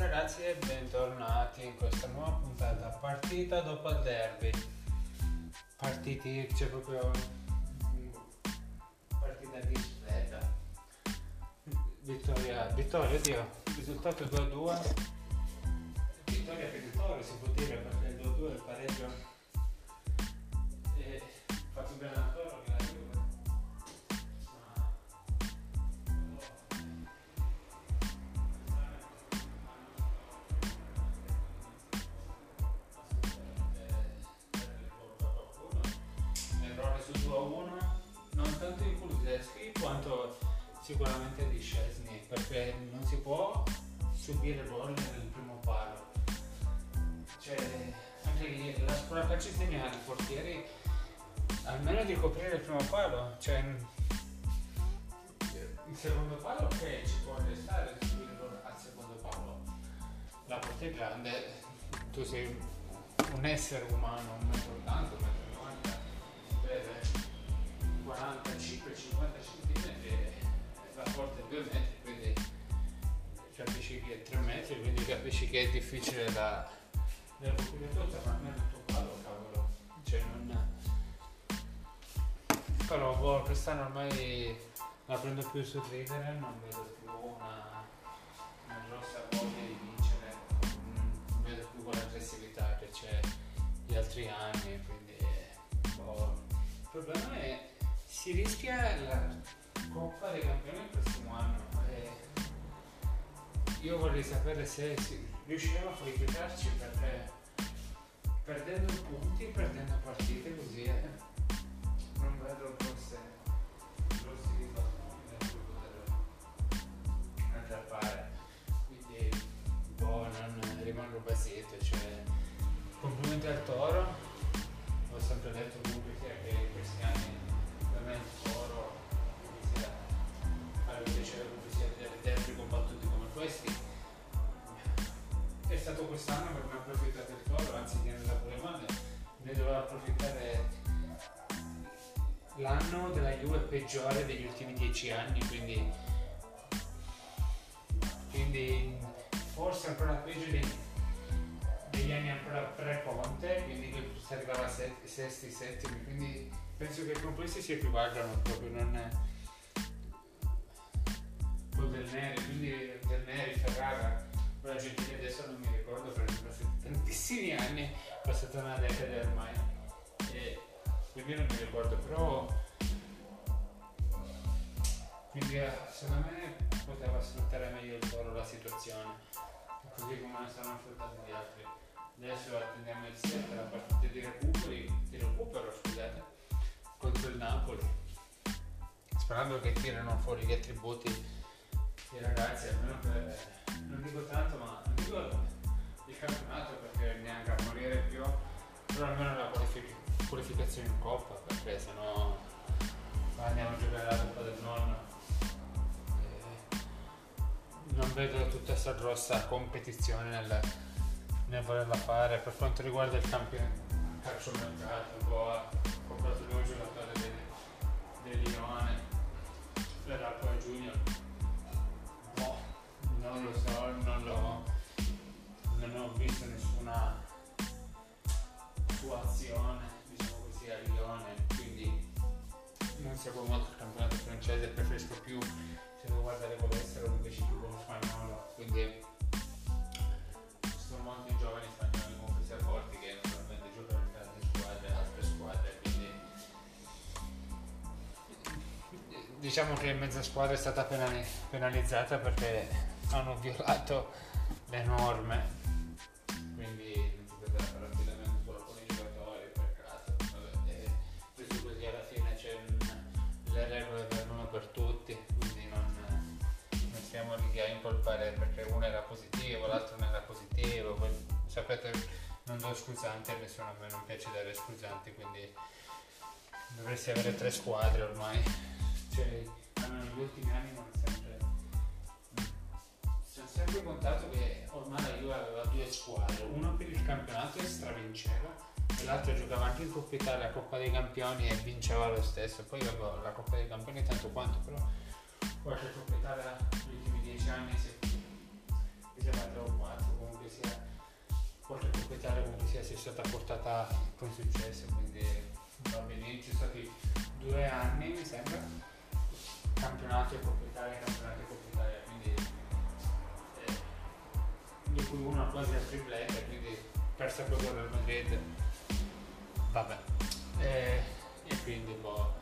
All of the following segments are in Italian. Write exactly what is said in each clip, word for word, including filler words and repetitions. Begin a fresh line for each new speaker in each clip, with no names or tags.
ragazzi e bentornati in questa nuova puntata, partita dopo il derby. Partiti, c'è proprio partita discreta. Vittoria, vittoria, Dio, risultato due a due. Vittoria per vittoria si può dire, perché il due a due è il pareggio. E fatto bene a Toro che la Juve. Non tanto di Kulusevski quanto sicuramente di Szczesny, perché non si può subire gol nel primo palo. Cioè, anche lì, la scuola calcistica i portieri almeno di coprire il primo palo, cioè il secondo palo che ci può restare subire gol al secondo palo. La porta è grande, tu sei un essere umano, un metro ottanta, un metro novanta, per quarantacinque cinquanta centimetri e la porta è due metri, quindi capisci che è tre metri, quindi capisci che è difficile da coprire tutto, ma almeno il tuo palo, cavolo, cioè non. Però boh, quest'anno ormai la prendo più sul ridere, non vedo più una, una grossa voglia di vincere, non vedo più quell'aggressività che c'è gli altri anni, quindi boh. Il problema è si rischia la Coppa dei Campioni il prossimo anno e io vorrei sapere se si, riusciremo a qualificarci, perché perdendo punti, perdendo partite così eh, non vedo grosse grossi risultati da cui poter andare a fare, quindi boh, non rimango basito, cioè complimenti al Toro, ho sempre detto comunque sia che in questi anni il Toro sia fare piacere con sia delle derby combattuti come questi. È stato quest'anno che ne ha approfittato il Toro, anzi di andare pure male, ne doveva approfittare l'anno della Juve peggiore degli ultimi dieci anni, quindi quindi forse ancora peggio dei, degli anni ancora pre-Conte, quindi che si arrivava a sesti, sesti, settimi, quindi penso che i complessi si equivalgono proprio, non è con Del Neri, quindi Del Neri, Ferrara, quella gente che adesso non mi ricordo perché per tantissimi anni è passata una decade ormai e quindi non mi ricordo, però quindi secondo me poteva sfruttare meglio il Toro la situazione, così come ne stanno sfruttando gli altri. Adesso attendiamo il sette, la partita di recupero, di recupero scusate, contro il Napoli, sperando che tirano fuori gli attributi i ragazzi, almeno per, non dico tanto, ma non dico il campionato perché neanche a morire più, però almeno la qualific- qualificazione in Coppa, perché sennò andiamo a giocare la Coppa del Nonno e non vedo tutta questa grossa competizione nel, nel volerla fare. Per quanto riguarda il campionato calciomercato, un po' ha comprato il nuovo giocatore del, del Lione, verrà poi Junior, boh, non lo so, non l'ho non ho visto nessuna sua azione, diciamo così, a Lione, quindi non seguo molto il campionato francese, preferisco più se devo guardare con l'estero invece più con lo spagnolo, quindi ci sono molti giovani spagnoli comunque sia forti che naturalmente giocano in grandi squadre, altre squadre, quindi diciamo che mezza squadra è stata penali- penalizzata perché hanno violato le norme, quindi non si poteva fare affidamento solo con i giocatori, peccato. Vabbè, e questo così alla fine c'è un, le regole vengono per tutti, quindi non, non stiamo lì a incolpare perché uno era positivo, l'altro non era positivo. Poi, sapete, non do scusanti a nessuno, a me non piace dare scusanti, quindi dovresti avere tre squadre ormai, cioè almeno negli ultimi anni non sempre ho sempre contato che ormai la Juve aveva due squadre, una per il campionato e stravinceva e l'altra giocava anche in Coppa Italia, Coppa dei Campioni e vinceva lo stesso. Poi vabbè, la Coppa dei Campioni tanto quanto, però qualche Coppa Italia negli ultimi dieci anni si mi sembra tre o quattro, comunque sia, oltre a Coppa Italia comunque sia, sia stata portata con successo, quindi va bene, ci sono stati due anni mi sembra, campionato e Coppa Italia, campionato e Coppa Italia, quindi eh, di cui uno quasi al triplete, quindi persa proprio dal Madrid, vabbè, eh, e quindi boh,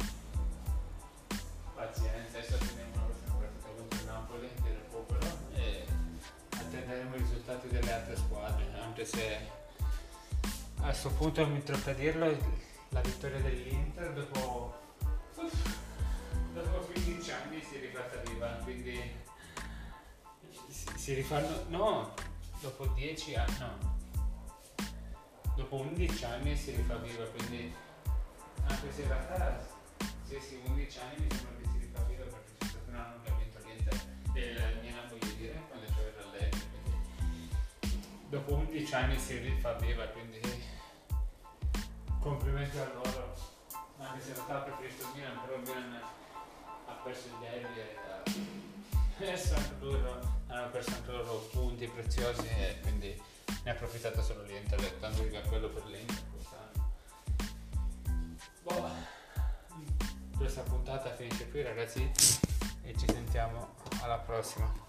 pazienza, adesso attendiamo una prossima partita contro il Napoli del recupero e attenderemo i risultati delle altre squadre, anche se a questo punto non mi troppo a dirlo, la vittoria dell'Inter dopo, dopo quindici anni si è rifatta viva, quindi si, si rifanno, no, dopo dieci anni, no, dopo undici anni si rifà viva, quindi anche se in realtà sì sì undici anni mi sembra che si rifà viva perché c'è stato un anno che ha vinto l'Inter del Milan, voglio dire, quando c'era l'Allegri, quindi dopo undici anni si rifà viva, quindi complimenti a loro, anche se in realtà preferisco il Milan, però il Milan ha perso il derby e adesso anche loro hanno perso anche loro punti preziosi e quindi ne ha approfittato solo l'Inter, tanto che quello per l'Inter quest'anno. Boh, questa puntata finisce qui ragazzi e ci sentiamo alla prossima.